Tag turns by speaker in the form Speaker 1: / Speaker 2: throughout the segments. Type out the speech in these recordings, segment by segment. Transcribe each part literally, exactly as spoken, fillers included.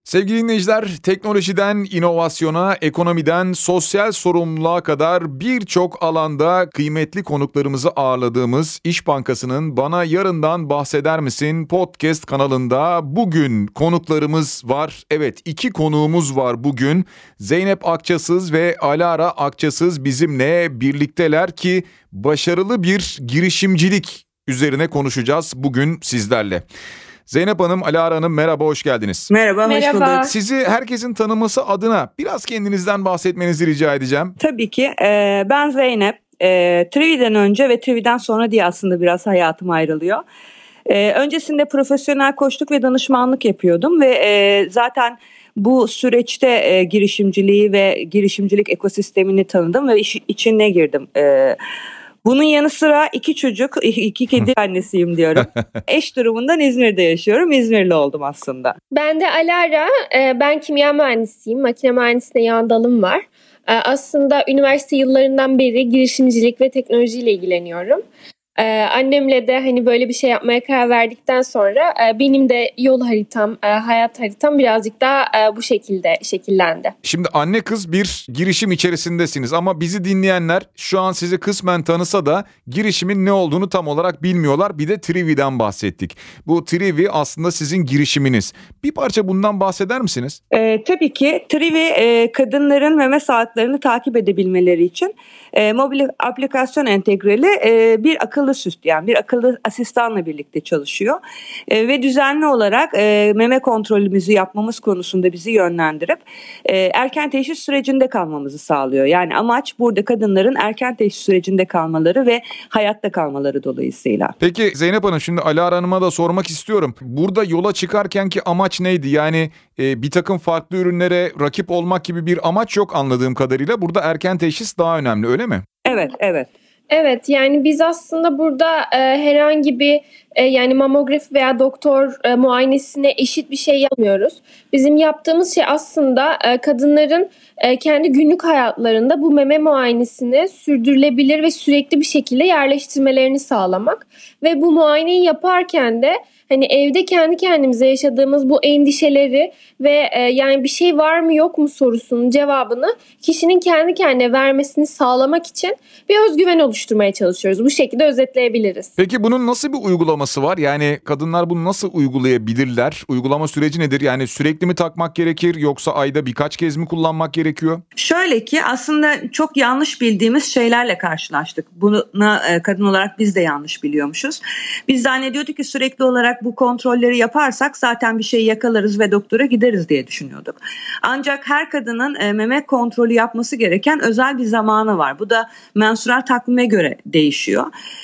Speaker 1: Sevgili dinleyiciler, teknolojiden inovasyona, ekonomiden sosyal sorumluluğa kadar birçok alanda kıymetli konuklarımızı ağırladığımız İş Bankası'nın Bana Yarından Bahseder Misin podcast kanalında bugün konuklarımız var. Evet, iki konuğumuz var bugün. Zeynep Akçasız ve Alara Akçasız bizimle birlikteler ki başarılı bir girişimcilik üzerine konuşacağız bugün sizlerle. Zeynep Hanım, Alara Hanım merhaba, hoş geldiniz.
Speaker 2: Merhaba, hoş
Speaker 3: Merhaba.
Speaker 2: bulduk.
Speaker 1: Sizi herkesin tanıması adına biraz kendinizden bahsetmenizi rica edeceğim.
Speaker 2: Tabii ki. E, ben Zeynep. E, Trivi'den önce ve Trivi'den sonra diye aslında biraz hayatım ayrılıyor. E, öncesinde profesyonel koçluk ve danışmanlık yapıyordum ve e, zaten bu süreçte e, girişimciliği ve girişimcilik ekosistemini tanıdım ve iş, içine girdim. E, Bunun yanı sıra iki çocuk, iki kedi annesiyim diyorum. Eş durumundan İzmir'de yaşıyorum. İzmirli oldum aslında.
Speaker 3: Ben de Alara, e, ben kimya mühendisiyim. Makine mühendisliğine yan dalım var. E, Aslında üniversite yıllarından beri girişimcilik ve teknolojiyle ilgileniyorum. E, Annemle de hani böyle bir şey yapmaya karar verdikten sonra e, benim de yol haritam, e, hayat haritam birazcık daha e, bu şekilde şekillendi.
Speaker 1: Şimdi anne kız bir girişim içerisindesiniz ama bizi dinleyenler şu an sizi kısmen tanısa da girişimin ne olduğunu tam olarak bilmiyorlar. Bir de Trivi'den bahsettik. Bu Trivi aslında sizin girişiminiz. Bir parça bundan bahseder misiniz?
Speaker 2: E, tabii ki Trivi e, kadınların meme saatlerini takip edebilmeleri için e, mobil aplikasyon entegreli e, bir akıllı süsleyen, bir akıllı asistanla birlikte çalışıyor. E, ve düzenli olarak e, meme kontrolümüzü yapmamız konusunda bizi yönlendirip e, erken teşhis sürecinde kalmamızı sağlıyor. Yani amaç burada kadınların erken teşhis sürecinde kalmaları ve hayatta kalmaları dolayısıyla.
Speaker 1: Peki Zeynep Hanım, şimdi Alara Hanım'a da sormak istiyorum. Burada yola çıkarkenki amaç neydi? Yani e, bir takım farklı ürünlere rakip olmak gibi bir amaç yok anladığım kadarıyla. Burada erken teşhis daha önemli, öyle mi?
Speaker 2: Evet, evet.
Speaker 3: Evet, yani biz aslında burada e, herhangi bir e, yani mamografi veya doktor e, muayenesine eşit bir şey yapmıyoruz. Bizim yaptığımız şey aslında e, kadınların e, kendi günlük hayatlarında bu meme muayenesini sürdürülebilir ve sürekli bir şekilde yerleştirmelerini sağlamak. Ve bu muayeneyi yaparken de hani evde kendi kendimize yaşadığımız bu endişeleri ve e, yani bir şey var mı yok mu sorusunun cevabını kişinin kendi kendine vermesini sağlamak için bir özgüven oluşturmaya çalışıyoruz. Bu şekilde özetleyebiliriz.
Speaker 1: Peki bunun nasıl bir uygulaması var? Yani kadınlar bunu nasıl uygulayabilirler? Uygulama süreci nedir? Yani sürekli mi takmak gerekir yoksa ayda birkaç kez mi kullanmak gerekiyor?
Speaker 2: Şöyle ki aslında çok yanlış bildiğimiz şeylerle karşılaştık. Buna e, kadın olarak biz de yanlış biliyormuşuz. Biz zannediyorduk ki sürekli olarak bu kontrolleri yaparsak zaten bir şey yakalarız ve doktora gideriz diye düşünüyorduk. Ancak her kadının e, meme kontrolü yapması gereken özel bir zamanı var. Bu da menstrual takvime göre değişiyor.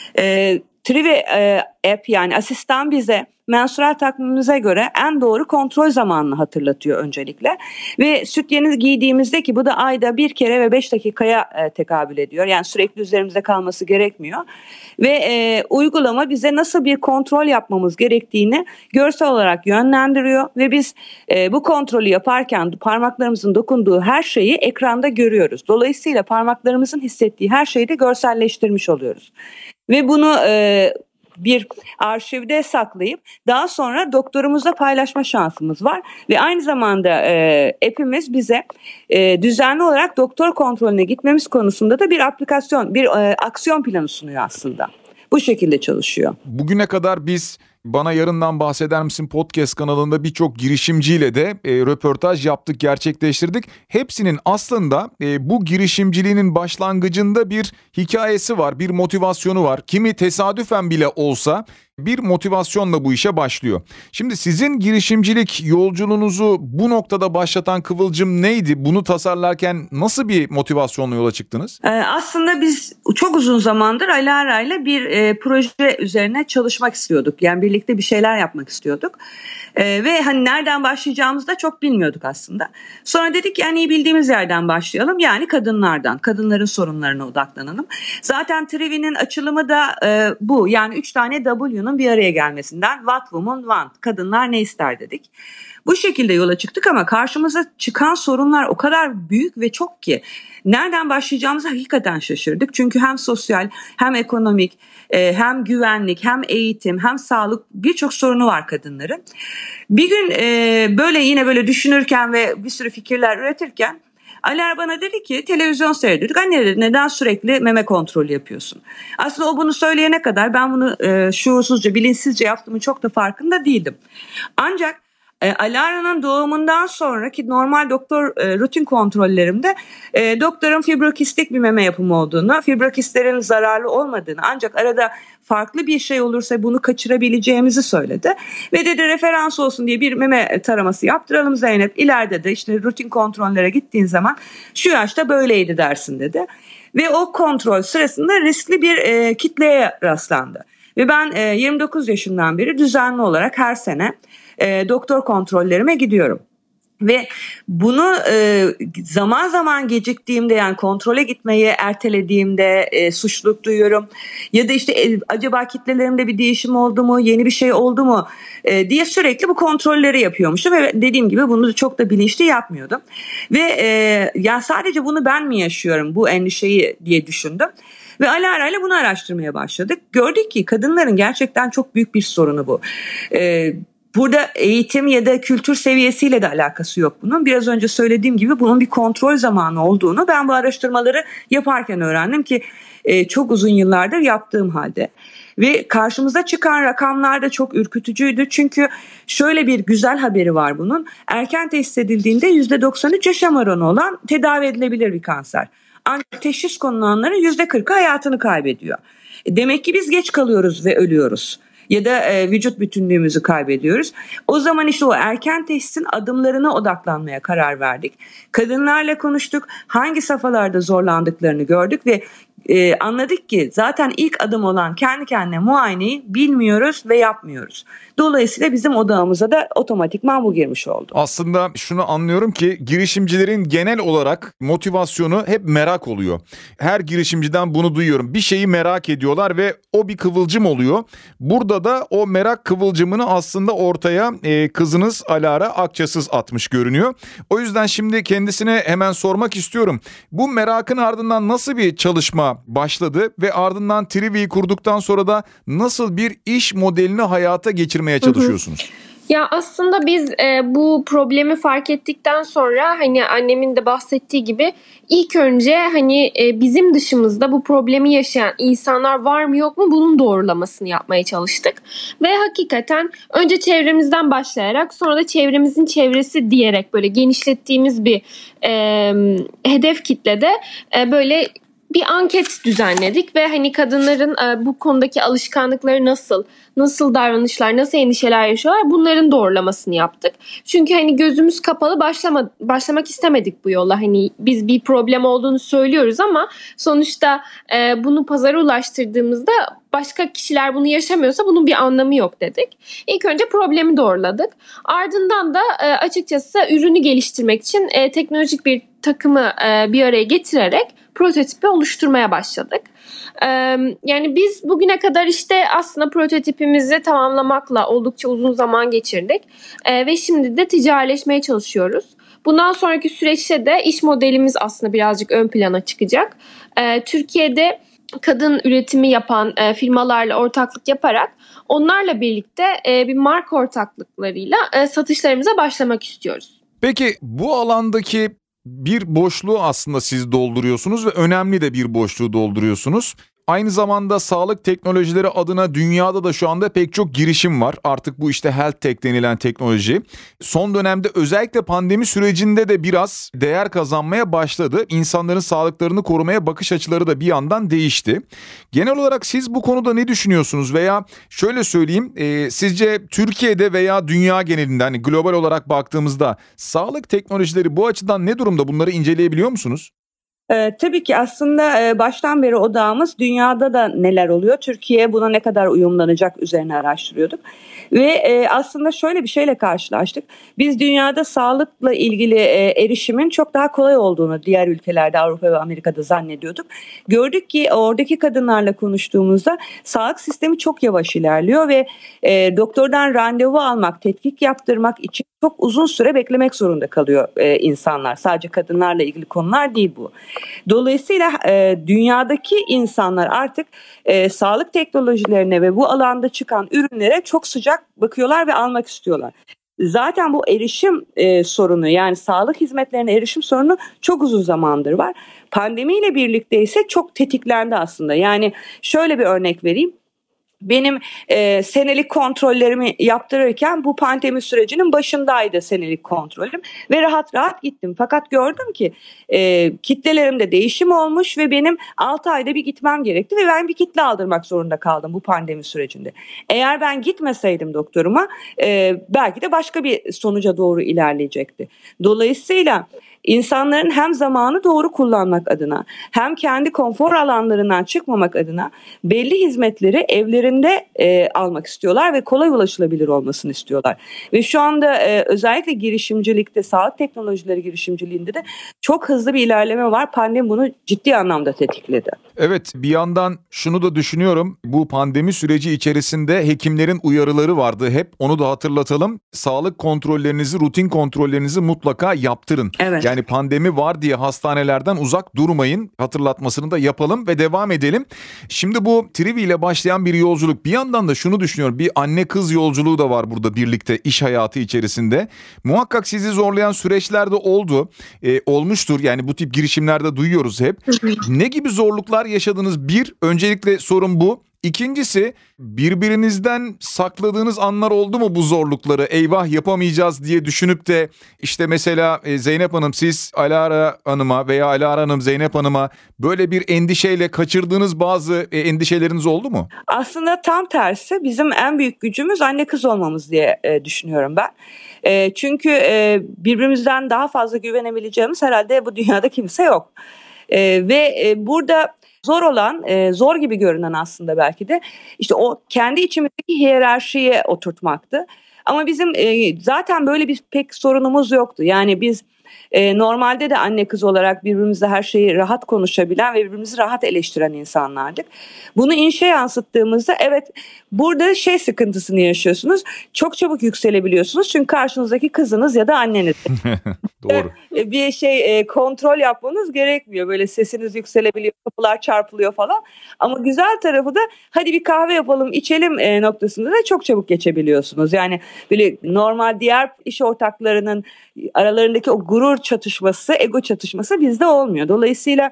Speaker 2: E, Trivi e, app yani asistan bize menstrual takvimimize göre en doğru kontrol zamanını hatırlatıyor öncelikle. Ve süt yeni giydiğimizde ki bu da ayda bir kere ve beş dakikaya e, tekabül ediyor. Yani sürekli üzerimizde kalması gerekmiyor. Ve e, uygulama bize nasıl bir kontrol yapmamız gerektiğini görsel olarak yönlendiriyor. Ve biz e, bu kontrolü yaparken parmaklarımızın dokunduğu her şeyi ekranda görüyoruz. Dolayısıyla parmaklarımızın hissettiği her şeyi de görselleştirmiş oluyoruz. Ve bunu e, bir arşivde saklayıp daha sonra doktorumuzla paylaşma şansımız var. Ve aynı zamanda e, app'imiz bize e, düzenli olarak doktor kontrolüne gitmemiz konusunda da bir aplikasyon, bir e, aksiyon planı sunuyor aslında. Bu şekilde çalışıyor.
Speaker 1: Bugüne kadar biz Bana Yarından Bahseder Misin podcast kanalında birçok girişimciyle de e, röportaj yaptık, gerçekleştirdik. Hepsinin aslında e, bu girişimciliğinin başlangıcında bir hikayesi var, bir motivasyonu var. Kimi tesadüfen bile olsa bir motivasyonla bu işe başlıyor. Şimdi sizin girişimcilik yolculuğunuzu bu noktada başlatan kıvılcım neydi? Bunu tasarlarken nasıl bir motivasyonla yola çıktınız?
Speaker 2: Ee, aslında biz çok uzun zamandır Alara ile bir e, proje üzerine çalışmak istiyorduk. Yani birlikte bir şeyler yapmak istiyorduk. Ee, ve hani nereden başlayacağımızı da çok bilmiyorduk aslında. Sonra dedik yani iyi bildiğimiz yerden başlayalım. Yani kadınlardan, kadınların sorunlarına odaklanalım. Zaten Trivi'nin açılımı da e, bu. Yani üç tane W'nun bir araya gelmesinden What Women Want, kadınlar ne ister dedik. Bu şekilde yola çıktık ama karşımıza çıkan sorunlar o kadar büyük ve çok ki nereden başlayacağımızı hakikaten şaşırdık. Çünkü hem sosyal hem ekonomik hem güvenlik hem eğitim hem sağlık birçok sorunu var kadınların. Bir gün böyle yine böyle düşünürken ve bir sürü fikirler üretirken Alar bana dedi ki televizyon seyrediyorduk. Anne dedi neden sürekli meme kontrolü yapıyorsun? Aslında o bunu söyleyene kadar ben bunu e, şuursuzca, bilinçsizce yaptığımın çok da farkında değildim. Ancak e, Alara'nın doğumundan sonraki normal doktor e, rutin kontrollerimde e, doktorun fibrokistik bir meme yapımı olduğunu, fibrokistlerin zararlı olmadığını ancak arada farklı bir şey olursa bunu kaçırabileceğimizi söyledi. Ve dedi referans olsun diye bir meme taraması yaptıralım Zeynep. İleride de işte rutin kontrollere gittiğin zaman şu yaşta böyleydi dersin dedi. Ve o kontrol sırasında riskli bir e, kitleye rastlandı. Ve ben e, yirmi dokuz yaşından beri düzenli olarak her sene e, doktor kontrollerime gidiyorum. Ve bunu e, zaman zaman geciktiğimde yani kontrole gitmeyi ertelediğimde e, suçluluk duyuyorum. Ya da işte e, acaba kitlelerimde bir değişim oldu mu, yeni bir şey oldu mu e, diye sürekli bu kontrolleri yapıyormuşum. Ve dediğim gibi bunu çok da bilinçli yapmıyordum. Ve e, ya sadece bunu ben mi yaşıyorum bu endişeyi diye düşündüm. Ve Alara ile bunu araştırmaya başladık. Gördük ki kadınların gerçekten çok büyük bir sorunu bu. Evet. Burada eğitim ya da kültür seviyesiyle de alakası yok bunun. Biraz önce söylediğim gibi bunun bir kontrol zamanı olduğunu ben bu araştırmaları yaparken öğrendim ki e, çok uzun yıllardır yaptığım halde. Ve karşımıza çıkan rakamlar da çok ürkütücüydü. Çünkü şöyle bir güzel haberi var bunun. Erken teşhis edildiğinde yüzde doksan üç yaşam oranı olan tedavi edilebilir bir kanser. Ancak teşhis konulanların yüzde kırkı hayatını kaybediyor. Demek ki biz geç kalıyoruz ve ölüyoruz. Ya da e, vücut bütünlüğümüzü kaybediyoruz. O zaman işte o erken teşhisin adımlarına odaklanmaya karar verdik. Kadınlarla konuştuk. Hangi safhalarda zorlandıklarını gördük ve e, anladık ki zaten ilk adım olan kendi kendine muayeneyi bilmiyoruz ve yapmıyoruz. Dolayısıyla bizim odağımıza da otomatikman bu girmiş oldu.
Speaker 1: Aslında şunu anlıyorum ki girişimcilerin genel olarak motivasyonu hep merak oluyor. Her girişimciden bunu duyuyorum. Bir şeyi merak ediyorlar ve o bir kıvılcım oluyor. Burada da o merak kıvılcımını aslında ortaya e, kızınız Alara Akçasız atmış görünüyor. O yüzden şimdi kendisine hemen sormak istiyorum. Bu merakın ardından nasıl bir çalışma başladı ve ardından Trivi'yi kurduktan sonra da nasıl bir iş modelini hayata geçirmeye çalışıyorsunuz? Hı hı.
Speaker 3: Ya aslında biz e, bu problemi fark ettikten sonra hani annemin de bahsettiği gibi ilk önce hani e, bizim dışımızda bu problemi yaşayan insanlar var mı yok mu bunun doğrulamasını yapmaya çalıştık. Ve hakikaten önce çevremizden başlayarak sonra da çevremizin çevresi diyerek böyle genişlettiğimiz bir e, hedef kitlede e, böyle bir anket düzenledik ve hani kadınların e, bu konudaki alışkanlıkları nasıl, nasıl davranışlar, nasıl endişeler yaşıyorlar bunların doğrulamasını yaptık. Çünkü hani gözümüz kapalı başlama, başlamak istemedik bu yola. Hani biz bir problem olduğunu söylüyoruz ama sonuçta e, bunu pazara ulaştırdığımızda başka kişiler bunu yaşamıyorsa bunun bir anlamı yok dedik. İlk önce problemi doğruladık. Ardından da e, açıkçası ürünü geliştirmek için e, teknolojik bir takımı e, bir araya getirerek prototipi oluşturmaya başladık. Ee, yani biz bugüne kadar işte aslında prototipimizi tamamlamakla oldukça uzun zaman geçirdik ee, ve şimdi de ticarileşmeye çalışıyoruz. Bundan sonraki süreçte de iş modelimiz aslında birazcık ön plana çıkacak. Ee, Türkiye'de kadın üretimi yapan e, firmalarla ortaklık yaparak onlarla birlikte e, bir marka ortaklıklarıyla e, satışlarımıza başlamak istiyoruz.
Speaker 1: Peki bu alandaki bir boşluğu aslında siz dolduruyorsunuz ve önemli de bir boşluğu dolduruyorsunuz. Aynı zamanda sağlık teknolojileri adına dünyada da şu anda pek çok girişim var. Artık bu işte health tech denilen teknoloji. Son dönemde özellikle pandemi sürecinde de biraz değer kazanmaya başladı. İnsanların sağlıklarını korumaya bakış açıları da bir yandan değişti. Genel olarak siz bu konuda ne düşünüyorsunuz? Veya şöyle söyleyeyim, e, sizce Türkiye'de veya dünya genelinde hani global olarak baktığımızda sağlık teknolojileri bu açıdan ne durumda? Bunları inceleyebiliyor musunuz?
Speaker 2: Ee, tabii ki aslında e, baştan beri odağımız dünyada da neler oluyor, Türkiye buna ne kadar uyumlanacak üzerine araştırıyorduk. Ve e, aslında şöyle bir şeyle karşılaştık. Biz dünyada sağlıkla ilgili e, erişimin çok daha kolay olduğunu diğer ülkelerde, Avrupa ve Amerika'da zannediyorduk. Gördük ki oradaki kadınlarla konuştuğumuzda sağlık sistemi çok yavaş ilerliyor ve e, doktordan randevu almak, tetkik yaptırmak için çok uzun süre beklemek zorunda kalıyor e, insanlar. Sadece kadınlarla ilgili konular değil bu. Dolayısıyla e, dünyadaki insanlar artık e, sağlık teknolojilerine ve bu alanda çıkan ürünlere çok sıcak bakıyorlar ve almak istiyorlar. Zaten bu erişim e, sorunu, yani sağlık hizmetlerine erişim sorunu çok uzun zamandır var. Pandemiyle birlikte ise çok tetiklendi aslında. Yani şöyle bir örnek vereyim. Benim e, senelik kontrollerimi yaptırırken bu pandemi sürecinin başındaydı senelik kontrolüm ve rahat rahat gittim. Fakat gördüm ki e, kitlelerimde değişim olmuş ve benim altı ayda bir gitmem gerekti ve ben bir kitle aldırmak zorunda kaldım bu pandemi sürecinde. Eğer ben gitmeseydim doktoruma e, belki de başka bir sonuca doğru ilerleyecekti. Dolayısıyla İnsanların hem zamanı doğru kullanmak adına hem kendi konfor alanlarından çıkmamak adına belli hizmetleri evlerinde e, almak istiyorlar ve kolay ulaşılabilir olmasını istiyorlar. Ve şu anda e, özellikle girişimcilikte, sağlık teknolojileri girişimciliğinde de çok hızlı bir ilerleme var. Pandemi bunu ciddi anlamda tetikledi.
Speaker 1: Evet, bir yandan şunu da düşünüyorum. Bu pandemi süreci içerisinde hekimlerin uyarıları vardı. Hep onu da hatırlatalım. Sağlık kontrollerinizi, rutin kontrollerinizi mutlaka yaptırın.
Speaker 2: Evet.
Speaker 1: Yani pandemi var diye hastanelerden uzak durmayın. Hatırlatmasını da yapalım ve devam edelim. Şimdi bu Trivi ile başlayan bir yolculuk. Bir yandan da şunu düşünüyorum. Bir anne kız yolculuğu da var burada birlikte iş hayatı içerisinde. Muhakkak sizi zorlayan süreçler de oldu. Ee, olmuştur. Yani bu tip girişimlerde duyuyoruz hep. Ne gibi zorluklar yaşadınız? Bir, öncelikle sorun bu. İkincisi, birbirinizden sakladığınız anlar oldu mu bu zorlukları? Eyvah yapamayacağız diye düşünüp de işte mesela Zeynep Hanım, siz Alara Hanım'a veya Alara Hanım Zeynep Hanım'a böyle bir endişeyle kaçırdığınız bazı endişeleriniz oldu mu?
Speaker 2: Aslında tam tersi, bizim en büyük gücümüz anne kız olmamız diye e, düşünüyorum ben. E, çünkü e, birbirimizden daha fazla güvenebileceğimiz herhalde bu dünyada kimse yok. E, ve e, burada zor olan, e, zor gibi görünen aslında belki de işte o kendi içimizdeki hiyerarşiye oturtmaktı. Ama bizim e, zaten böyle bir pek sorunumuz yoktu. Yani biz e, normalde de anne kız olarak birbirimizle her şeyi rahat konuşabilen ve birbirimizi rahat eleştiren insanlardık. Bunu işe yansıttığımızda evet, burada şey sıkıntısını yaşıyorsunuz. Çok çabuk yükselebiliyorsunuz çünkü karşınızdaki kızınız ya da anneniz.
Speaker 1: Doğru.
Speaker 2: Bir şey e, kontrol yapmanız gerekmiyor. Böyle sesiniz yükselebiliyor, kapılar çarpılıyor falan. Ama güzel tarafı da hadi bir kahve yapalım, içelim e, noktasında da çok çabuk geçebiliyorsunuz. Yani böyle normal diğer iş ortaklarının aralarındaki o gurur çatışması, ego çatışması bizde olmuyor. Dolayısıyla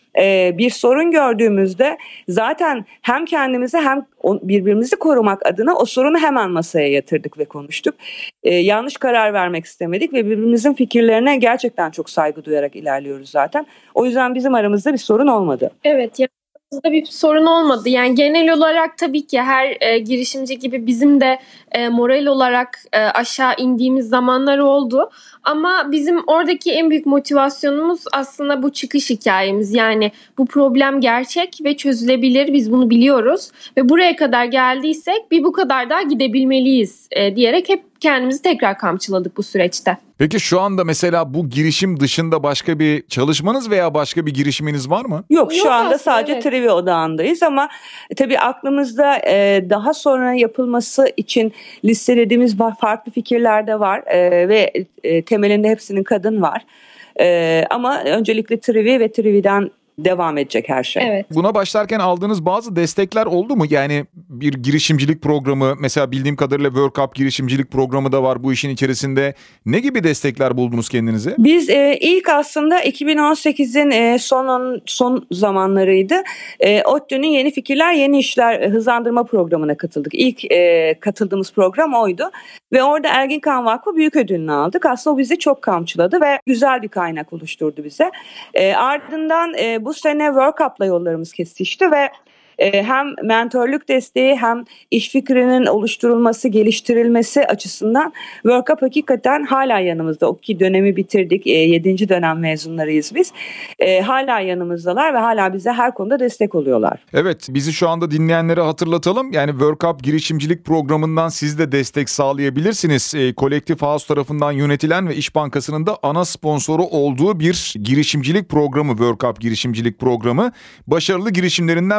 Speaker 2: e, bir sorun gördüğümüzde zaten hem kendimizi hem birbirimizi korumak adına o sorunu hemen masaya yatırdık ve konuştuk. Ee, yanlış karar vermek istemedik ve birbirimizin fikirlerine gerçekten çok saygı duyarak ilerliyoruz zaten. O yüzden bizim aramızda bir sorun olmadı.
Speaker 3: Evet, yani aramızda bir sorun olmadı. Yani genel olarak tabii ki her e, girişimci gibi bizim de e, moral olarak e, aşağı indiğimiz zamanlar oldu. Ama bizim oradaki en büyük motivasyonumuz aslında bu çıkış hikayemiz. Yani bu problem gerçek ve çözülebilir. Biz bunu biliyoruz ve buraya kadar geldiysek bir bu kadar daha gidebilmeliyiz e, diyerek hep kendimizi tekrar kamçıladık bu süreçte.
Speaker 1: Peki şu anda mesela bu girişim dışında başka bir çalışmanız veya başka bir girişiminiz var mı?
Speaker 2: Yok, şu
Speaker 3: Yok
Speaker 2: anda
Speaker 3: aslında,
Speaker 2: sadece
Speaker 3: evet.
Speaker 2: Trivi odağındayız ama tabii aklımızda e, daha sonra yapılması için listelediğimiz farklı fikirler de var e, ve e, temelinde hepsinin kadın var. E, ama öncelikle Trivi ve Trivi'den devam edecek her şey.
Speaker 3: Evet.
Speaker 1: Buna başlarken aldığınız bazı destekler oldu mu? Yani bir girişimcilik programı, mesela bildiğim kadarıyla World Cup girişimcilik programı da var bu işin içerisinde. Ne gibi destekler buldunuz kendinize?
Speaker 2: Biz e, ilk aslında iki bin on sekizin e, son son zamanlarıydı. E, ODTÜ'nün Yeni Fikirler Yeni İşler e, hızlandırma programına katıldık. İlk e, katıldığımız program oydu. Ve orada Erginkan Vakfı büyük ödülünü aldık. Aslında o bizi çok kamçıladı ve güzel bir kaynak oluşturdu bize. E, ardından e, bu sene World Cup'la yollarımız kesişti ve e, hem mentorluk desteği hem iş fikrinin oluşturulması, geliştirilmesi açısından World Cup hakikaten hala yanımızda. O ki dönemi bitirdik. E, yedinci dönem mezunlarıyız biz. E, hala yanımızdalar ve hala bize her konuda destek oluyorlar.
Speaker 1: Evet, bizi şu anda dinleyenlere hatırlatalım. Yani World Cup girişimcilik programından siz de destek sağlayabilirsiniz. E, Kolektif House tarafından yönetilen ve İş Bankası'nın da ana sponsoru olduğu bir girişimcilik programı, World Cup girişimcilik programı. Başarılı girişimlerinden birisiyle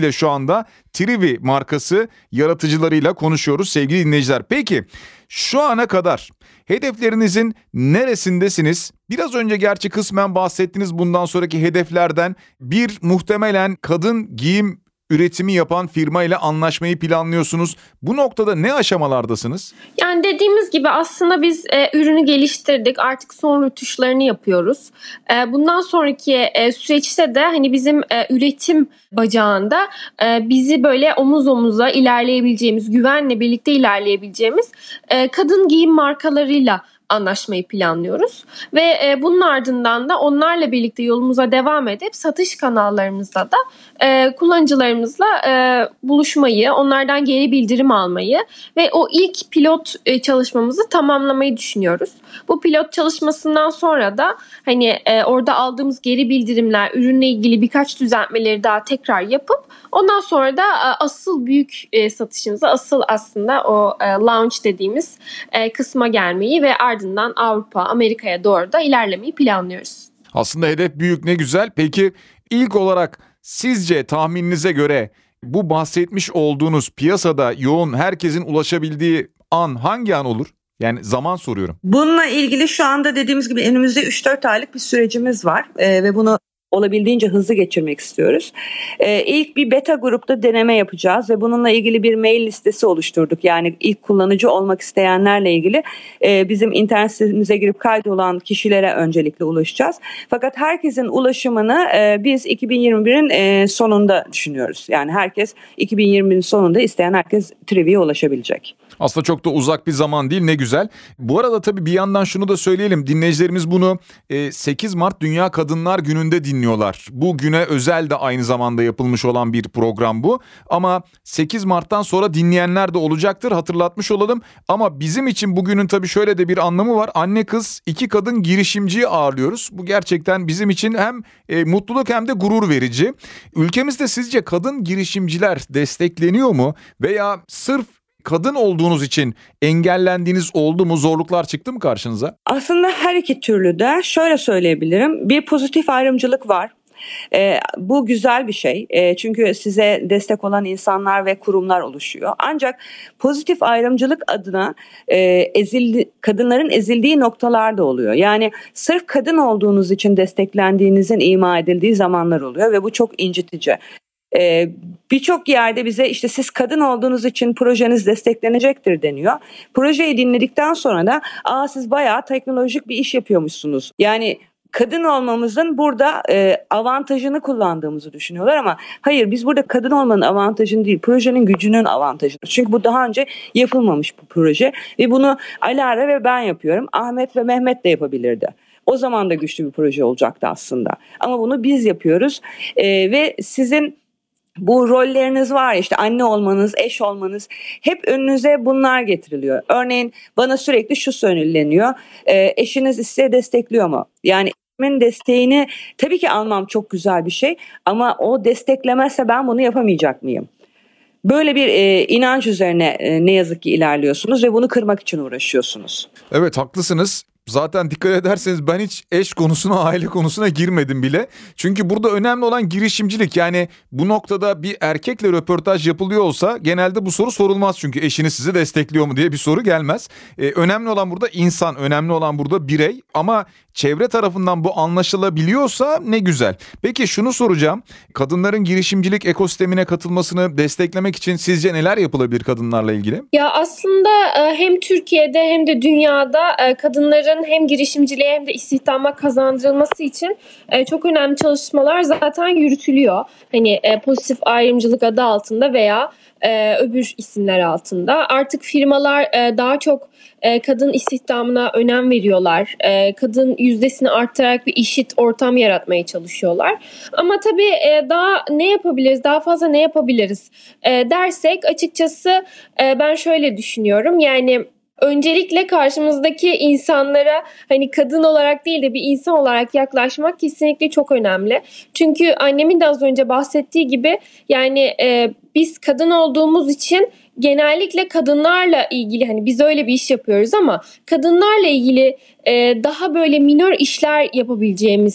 Speaker 1: ismiyle şu anda Trivi markası yaratıcılarıyla konuşuyoruz sevgili dinleyiciler. Peki şu ana kadar hedeflerinizin neresindesiniz? Biraz önce gerçi kısmen bahsettiniz bundan sonraki hedeflerden. Bir muhtemelen kadın giyim üretimi yapan firma ile anlaşmayı planlıyorsunuz. Bu noktada ne aşamalardasınız?
Speaker 3: Yani dediğimiz gibi aslında biz e, ürünü geliştirdik. Artık son rötuşlarını yapıyoruz. E, bundan sonraki e, süreçte de hani bizim e, üretim bacağında e, bizi böyle omuz omuza ilerleyebileceğimiz, güvenle birlikte ilerleyebileceğimiz e, kadın giyim markalarıyla anlaşmayı planlıyoruz ve e, bunun ardından da onlarla birlikte yolumuza devam edip satış kanallarımızda da e, kullanıcılarımızla e, buluşmayı, onlardan geri bildirim almayı ve o ilk pilot e, çalışmamızı tamamlamayı düşünüyoruz. Bu pilot çalışmasından sonra da hani e, orada aldığımız geri bildirimler, ürünle ilgili birkaç düzeltmeleri daha tekrar yapıp ondan sonra da e, asıl büyük e, satışımıza, asıl aslında o e, launch dediğimiz e, kısma gelmeyi ve ardından Avrupa, Amerika'ya doğru da ilerlemeyi planlıyoruz.
Speaker 1: Aslında hedef büyük, ne güzel. Peki ilk olarak sizce tahmininize göre bu bahsetmiş olduğunuz piyasada yoğun, herkesin ulaşabildiği an hangi an olur? Yani zaman soruyorum.
Speaker 2: Bununla ilgili şu anda dediğimiz gibi önümüzde üç dört aylık bir sürecimiz var ee, ve bunu olabildiğince hızlı geçirmek istiyoruz. Ee, ilk bir beta grupta deneme yapacağız ve bununla ilgili bir mail listesi oluşturduk. Yani ilk kullanıcı olmak isteyenlerle ilgili e, bizim internet sitemize girip kaydolan kişilere öncelikle ulaşacağız. Fakat herkesin ulaşımını e, biz iki bin yirmi birin e, sonunda düşünüyoruz. Yani herkes iki bin yirmi birin sonunda, isteyen herkes Trivi'ye ulaşabilecek.
Speaker 1: Aslında çok da uzak bir zaman değil, ne güzel. Bu arada tabii bir yandan şunu da söyleyelim. Dinleyicilerimiz bunu sekiz Mart Dünya Kadınlar Günü'nde dinliyorlar. Bu güne özel de aynı zamanda yapılmış olan bir program bu. Ama sekiz Mart'tan sonra dinleyenler de olacaktır, hatırlatmış olalım. Ama bizim için bugünün tabii şöyle de bir anlamı var. Anne kız iki kadın girişimciyi ağırlıyoruz. Bu gerçekten bizim için hem e, mutluluk hem de gurur verici. Ülkemizde sizce kadın girişimciler destekleniyor mu? Veya sırf kadın olduğunuz için engellendiğiniz oldu mu, zorluklar çıktı mı karşınıza?
Speaker 2: Aslında her iki türlü de şöyle söyleyebilirim. Bir pozitif ayrımcılık var. E, bu güzel bir şey. E, çünkü size destek olan insanlar ve kurumlar oluşuyor. Ancak pozitif ayrımcılık adına e, ezildi, kadınların ezildiği noktalar da oluyor. Yani sırf kadın olduğunuz için desteklendiğinizin ima edildiği zamanlar oluyor ve bu çok incitici. Ee, birçok yerde bize işte siz kadın olduğunuz için projeniz desteklenecektir deniyor. Projeyi dinledikten sonra da aa siz bayağı teknolojik bir iş yapıyormuşsunuz. Yani kadın olmamızın burada e, avantajını kullandığımızı düşünüyorlar ama hayır, biz burada kadın olmanın avantajını değil, projenin gücünün avantajını. Çünkü bu daha önce yapılmamış bu proje ve bunu Alara ve ben yapıyorum. Ahmet ve Mehmet de yapabilirdi. O zaman da güçlü bir proje olacaktı aslında. Ama bunu biz yapıyoruz e, ve sizin bu rolleriniz var, işte anne olmanız, eş olmanız, hep önünüze bunlar getiriliyor. Örneğin bana sürekli şu söyleniyor, e, eşiniz size destekliyor mu? Yani eşimin desteğini tabii ki almam çok güzel bir şey ama o desteklemezse ben bunu yapamayacak mıyım? Böyle bir e, inanç üzerine e, ne yazık ki ilerliyorsunuz ve bunu kırmak için uğraşıyorsunuz.
Speaker 1: Evet, haklısınız. Zaten dikkat ederseniz ben hiç eş konusuna, aile konusuna girmedim bile. Çünkü burada önemli olan girişimcilik. Yani bu noktada bir erkekle röportaj yapılıyor olsa genelde bu soru sorulmaz. Çünkü eşiniz sizi destekliyor mu diye bir soru gelmez. Ee, önemli olan burada insan, önemli olan burada birey. Ama çevre tarafından bu anlaşılabiliyorsa ne güzel. Peki şunu soracağım. Kadınların girişimcilik ekosistemine katılmasını desteklemek için sizce neler yapılabilir kadınlarla ilgili?
Speaker 3: Ya aslında hem Türkiye'de hem de dünyada kadınların hem girişimciliğe hem de istihdama kazandırılması için çok önemli çalışmalar zaten yürütülüyor. Hani pozitif ayrımcılık adı altında veya öbür isimler altında. Artık firmalar daha çok kadın istihdamına önem veriyorlar. Kadın yüzdesini arttırarak bir eşit ortam yaratmaya çalışıyorlar. Ama tabii daha ne yapabiliriz, daha fazla ne yapabiliriz dersek açıkçası ben şöyle düşünüyorum. Yani öncelikle karşımızdaki insanlara hani kadın olarak değil de bir insan olarak yaklaşmak kesinlikle çok önemli. Çünkü annemin de az önce bahsettiği gibi yani e, biz kadın olduğumuz için genellikle kadınlarla ilgili hani biz öyle bir iş yapıyoruz ama kadınlarla ilgili e, daha böyle minör işler yapabileceğimiz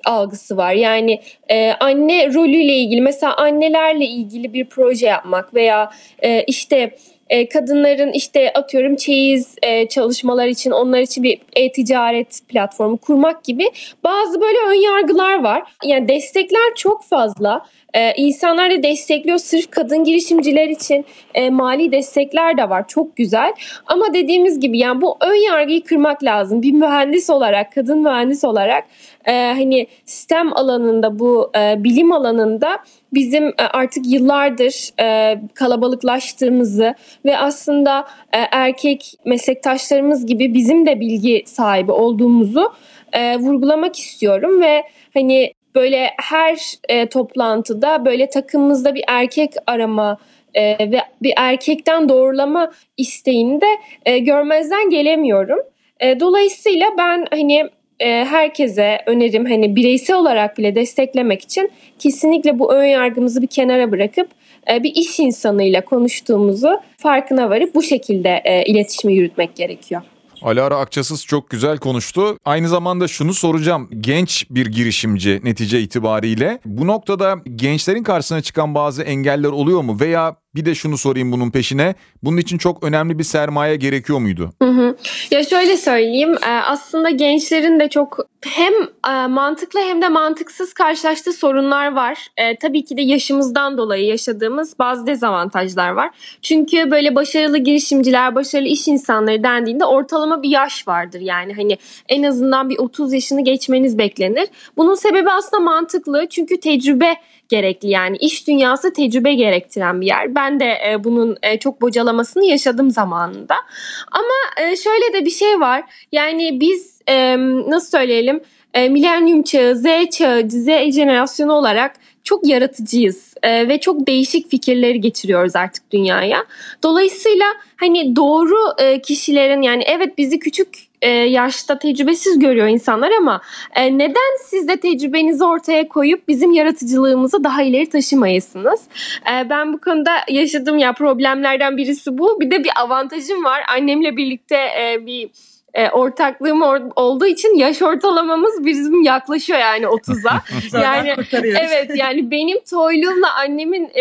Speaker 3: algısı var. Yani e, anne rolüyle ilgili, mesela annelerle ilgili bir proje yapmak veya e, işte e, kadınların işte atıyorum çeyiz e, çalışmalar için onlar için bir e-ticaret platformu kurmak gibi bazı böyle ön yargılar var. Yani destekler çok fazla. Ee, insanlar da destekliyor. Sırf kadın girişimciler için e, mali destekler de var. Çok güzel. Ama dediğimiz gibi yani bu ön yargıyı kırmak lazım. Bir mühendis olarak, kadın mühendis olarak e, hani STEM alanında, bu e, bilim alanında bizim e, artık yıllardır e, kalabalıklaştığımızı ve aslında e, erkek meslektaşlarımız gibi bizim de bilgi sahibi olduğumuzu e, vurgulamak istiyorum ve hani böyle her e, toplantıda böyle takımımızda bir erkek arama e, ve bir erkekten doğrulama isteğini de e, görmezden gelemiyorum. E, dolayısıyla ben hani e, herkese önerim hani bireysel olarak bile desteklemek için kesinlikle bu ön yargımızı bir kenara bırakıp e, bir iş insanıyla konuştuğumuzu farkına varıp bu şekilde e, iletişimi yürütmek gerekiyor.
Speaker 1: Alara Akçasız çok güzel konuştu. Aynı zamanda şunu soracağım. Genç bir girişimci netice itibariyle. Bu noktada gençlerin karşısına çıkan bazı engeller oluyor mu? Veya bir de şunu sorayım bunun peşine. Bunun için çok önemli bir sermaye gerekiyor muydu?
Speaker 3: Hı hı. Ya şöyle söyleyeyim. Aslında gençlerin de çok hem mantıklı hem de mantıksız karşılaştığı sorunlar var. E, tabii ki de yaşımızdan dolayı yaşadığımız bazı dezavantajlar var. Çünkü böyle başarılı girişimciler, başarılı iş insanları dendiğinde ortalama bir yaş vardır. Yani hani en azından bir otuz yaşını geçmeniz beklenir. Bunun sebebi aslında mantıklı. Çünkü tecrübe gerekli, yani iş dünyası tecrübe gerektiren bir yer. Ben de e, bunun e, çok bocalamasını yaşadım zamanında. Ama e, şöyle de bir şey var. Yani biz e, nasıl söyleyelim e, milenyum çağı, Z çağı, Z jenerasyonu olarak çok yaratıcıyız e, ve çok değişik fikirleri geçiriyoruz artık dünyaya. Dolayısıyla hani doğru e, kişilerin, yani evet bizi küçük e, yaşta tecrübesiz görüyor insanlar ama e, neden siz de tecrübenizi ortaya koyup bizim yaratıcılığımızı daha ileri taşımayasınız? E, ben bu konuda yaşadığım ya problemlerden birisi bu. Bir de bir avantajım var. Annemle birlikte e, bir E, ortaklığım or- olduğu için yaş ortalamamız bizim yaklaşıyor yani otuza. Yani evet, yani benim toyluğumla annemin e,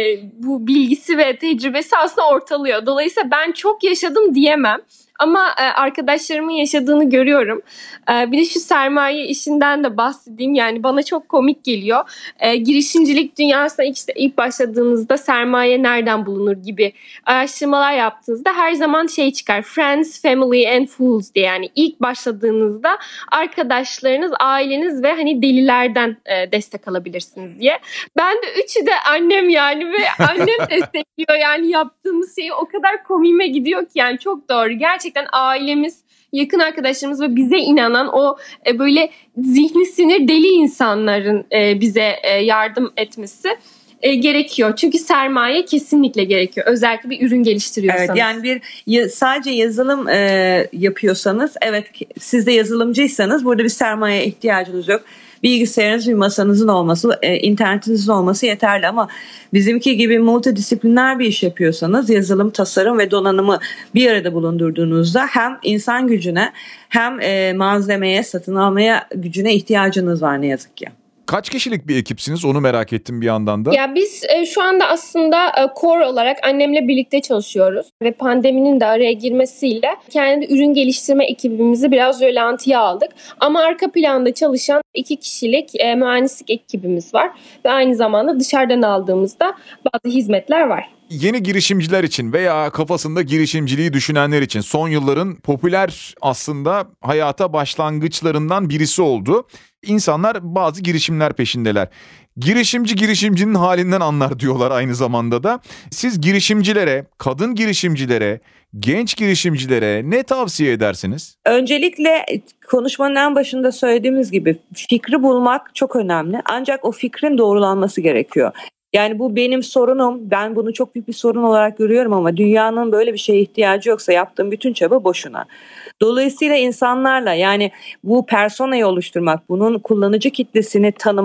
Speaker 3: bu bilgisi ve tecrübesi aslında ortalıyor. Dolayısıyla ben çok yaşadım diyemem. Ama e, arkadaşlarımın yaşadığını görüyorum. E, bir de şu sermaye işinden de bahsedeyim. Yani bana çok komik geliyor. E, girişimcilik dünyasına işte ilk başladığınızda sermaye nereden bulunur gibi araştırmalar yaptığınızda her zaman şey çıkar. Friends, family and fools diye. Yani ilk başladığınızda arkadaşlarınız, aileniz ve hani delilerden e, destek alabilirsiniz diye. Ben de üçü de annem yani ve annem destekliyor. Yani yaptığımız şeyi o kadar komiğime gidiyor ki yani çok doğru. Gerçekten ailemiz, yakın arkadaşlarımız ve bize inanan o e, böyle zihni sinir deli insanların e, bize e, yardım etmesi e, gerekiyor. Çünkü sermaye kesinlikle gerekiyor. Özellikle bir ürün geliştiriyorsanız.
Speaker 2: Evet, yani bir ya, sadece yazılım e, yapıyorsanız, evet siz de yazılımcıysanız burada bir sermayeye ihtiyacınız yok. Bilgisayarınız, bir masanızın olması, e, internetinizin olması yeterli ama bizimki gibi multidisipliner bir iş yapıyorsanız yazılım, tasarım ve donanımı bir arada bulundurduğunuzda hem insan gücüne hem e, malzemeye, satın almaya gücüne ihtiyacınız var ne yazık ki.
Speaker 1: Kaç kişilik bir ekipsiniz? Onu merak ettim bir yandan da.
Speaker 3: Ya biz e, şu anda aslında e, core olarak annemle birlikte çalışıyoruz ve pandeminin de araya girmesiyle kendi ürün geliştirme ekibimizi biraz rölantiye aldık. Ama arka planda çalışan iki kişilik e, mühendislik ekibimiz var ve aynı zamanda dışarıdan aldığımızda bazı hizmetler var.
Speaker 1: Yeni girişimciler için veya kafasında girişimciliği düşünenler için son yılların popüler aslında hayata başlangıçlarından birisi oldu. İnsanlar bazı girişimler peşindeler. Girişimci girişimcinin halinden anlar diyorlar aynı zamanda da. Siz girişimcilere, kadın girişimcilere, genç girişimcilere ne tavsiye edersiniz?
Speaker 2: Öncelikle konuşmanın en başında söylediğimiz gibi fikri bulmak çok önemli. Ancak o fikrin doğrulanması gerekiyor. Yani bu benim sorunum, ben bunu çok büyük bir sorun olarak görüyorum ama dünyanın böyle bir şeye ihtiyacı yoksa yaptığım bütün çaba boşuna. Dolayısıyla insanlarla, yani bu personayı oluşturmak, bunun kullanıcı kitlesini tanımak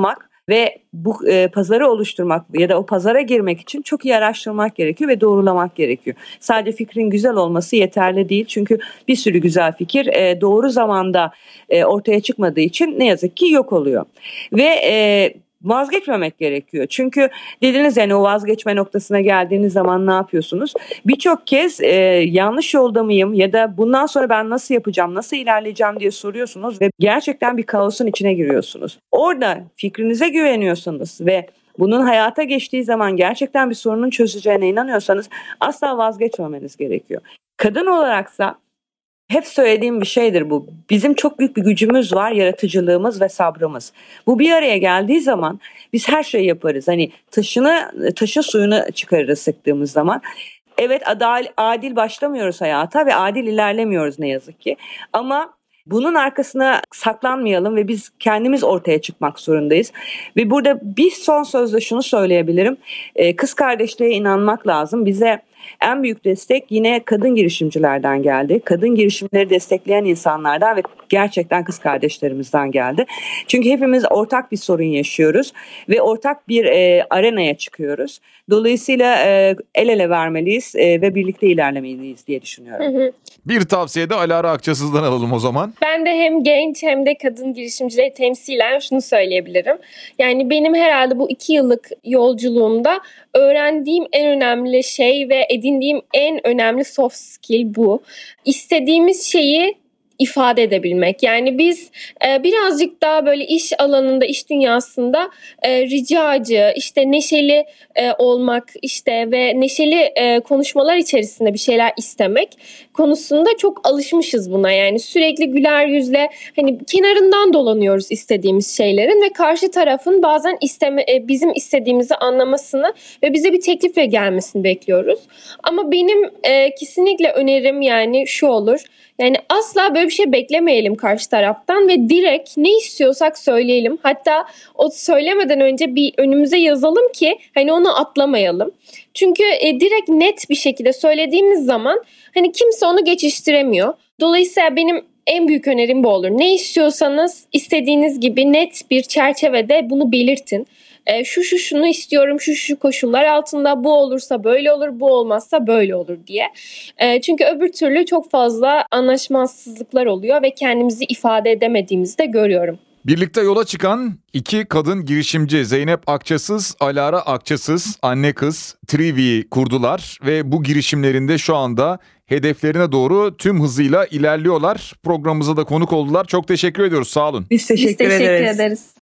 Speaker 2: Ve bu e, pazarı oluşturmak ya da o pazara girmek için çok iyi araştırmak gerekiyor ve doğrulamak gerekiyor. Sadece fikrin güzel olması yeterli değil. Çünkü bir sürü güzel fikir e, doğru zamanda e, ortaya çıkmadığı için ne yazık ki yok oluyor. Ve e, vazgeçmemek gerekiyor. Çünkü dediniz yani o vazgeçme noktasına geldiğiniz zaman ne yapıyorsunuz? Birçok kez e, yanlış yolda mıyım ya da bundan sonra ben nasıl yapacağım, nasıl ilerleyeceğim diye soruyorsunuz ve gerçekten bir kaosun içine giriyorsunuz. Orada fikrinize güveniyorsanız ve bunun hayata geçtiği zaman gerçekten bir sorunun çözeceğine inanıyorsanız asla vazgeçmemeniz gerekiyor. Kadın olaraksa hep söylediğim bir şeydir bu. Bizim çok büyük bir gücümüz var, yaratıcılığımız ve sabrımız. Bu bir araya geldiği zaman biz her şeyi yaparız. Hani taşını, taşın suyunu çıkarırız sıktığımız zaman. Evet, adil, adil başlamıyoruz hayata ve adil ilerlemiyoruz ne yazık ki. Ama bunun arkasına saklanmayalım ve biz kendimiz ortaya çıkmak zorundayız. Ve burada bir son sözle şunu söyleyebilirim. Kız kardeşliğe inanmak lazım. Bize en büyük destek yine kadın girişimcilerden geldi. Kadın girişimleri destekleyen insanlardan ve gerçekten kız kardeşlerimizden geldi. Çünkü hepimiz ortak bir sorun yaşıyoruz ve ortak bir e, arenaya çıkıyoruz. Dolayısıyla e, el ele vermeliyiz e, ve birlikte ilerlemeliyiz diye düşünüyorum.
Speaker 3: Hı hı.
Speaker 1: Bir tavsiye de Alara Akçasız'dan alalım o zaman.
Speaker 3: Ben de hem genç hem de kadın girişimcileri temsilen şunu söyleyebilirim. Yani benim herhalde bu iki yıllık yolculuğumda öğrendiğim en önemli şey ve edindiğim en önemli soft skill bu. İstediğimiz şeyi ifade edebilmek. Yani biz e, birazcık daha böyle iş alanında, iş dünyasında e, ricacı, işte neşeli e, olmak işte ve neşeli e, konuşmalar içerisinde bir şeyler istemek konusunda çok alışmışız buna. Yani sürekli güler yüzle hani kenarından dolanıyoruz istediğimiz şeylerin ve karşı tarafın bazen isteme, e, bizim istediğimizi anlamasını ve bize bir teklifle gelmesini bekliyoruz. Ama benim e, kesinlikle önerim yani şu olur. Yani asla böyle bir şey beklemeyelim karşı taraftan ve direkt ne istiyorsak söyleyelim. Hatta o söylemeden önce bir önümüze yazalım ki hani onu atlamayalım. Çünkü e, direkt net bir şekilde söylediğimiz zaman hani kimse onu geçiştiremiyor. Dolayısıyla benim en büyük önerim bu olur. Ne istiyorsanız istediğiniz gibi net bir çerçevede bunu belirtin. E, şu şu şunu istiyorum, şu şu koşullar altında bu olursa böyle olur, bu olmazsa böyle olur diye. E, çünkü öbür türlü çok fazla anlaşmazlıklar oluyor ve kendimizi ifade edemediğimizi de görüyorum.
Speaker 1: Birlikte yola çıkan iki kadın girişimci Zeynep Akçasız, Alara Akçasız, anne kız Trivi'yi kurdular ve bu girişimlerinde şu anda hedeflerine doğru tüm hızıyla ilerliyorlar. Programımıza da konuk oldular. Çok teşekkür ediyoruz. Sağ olun.
Speaker 2: Biz teşekkür,
Speaker 3: Biz teşekkür
Speaker 2: ederiz.
Speaker 3: ederiz.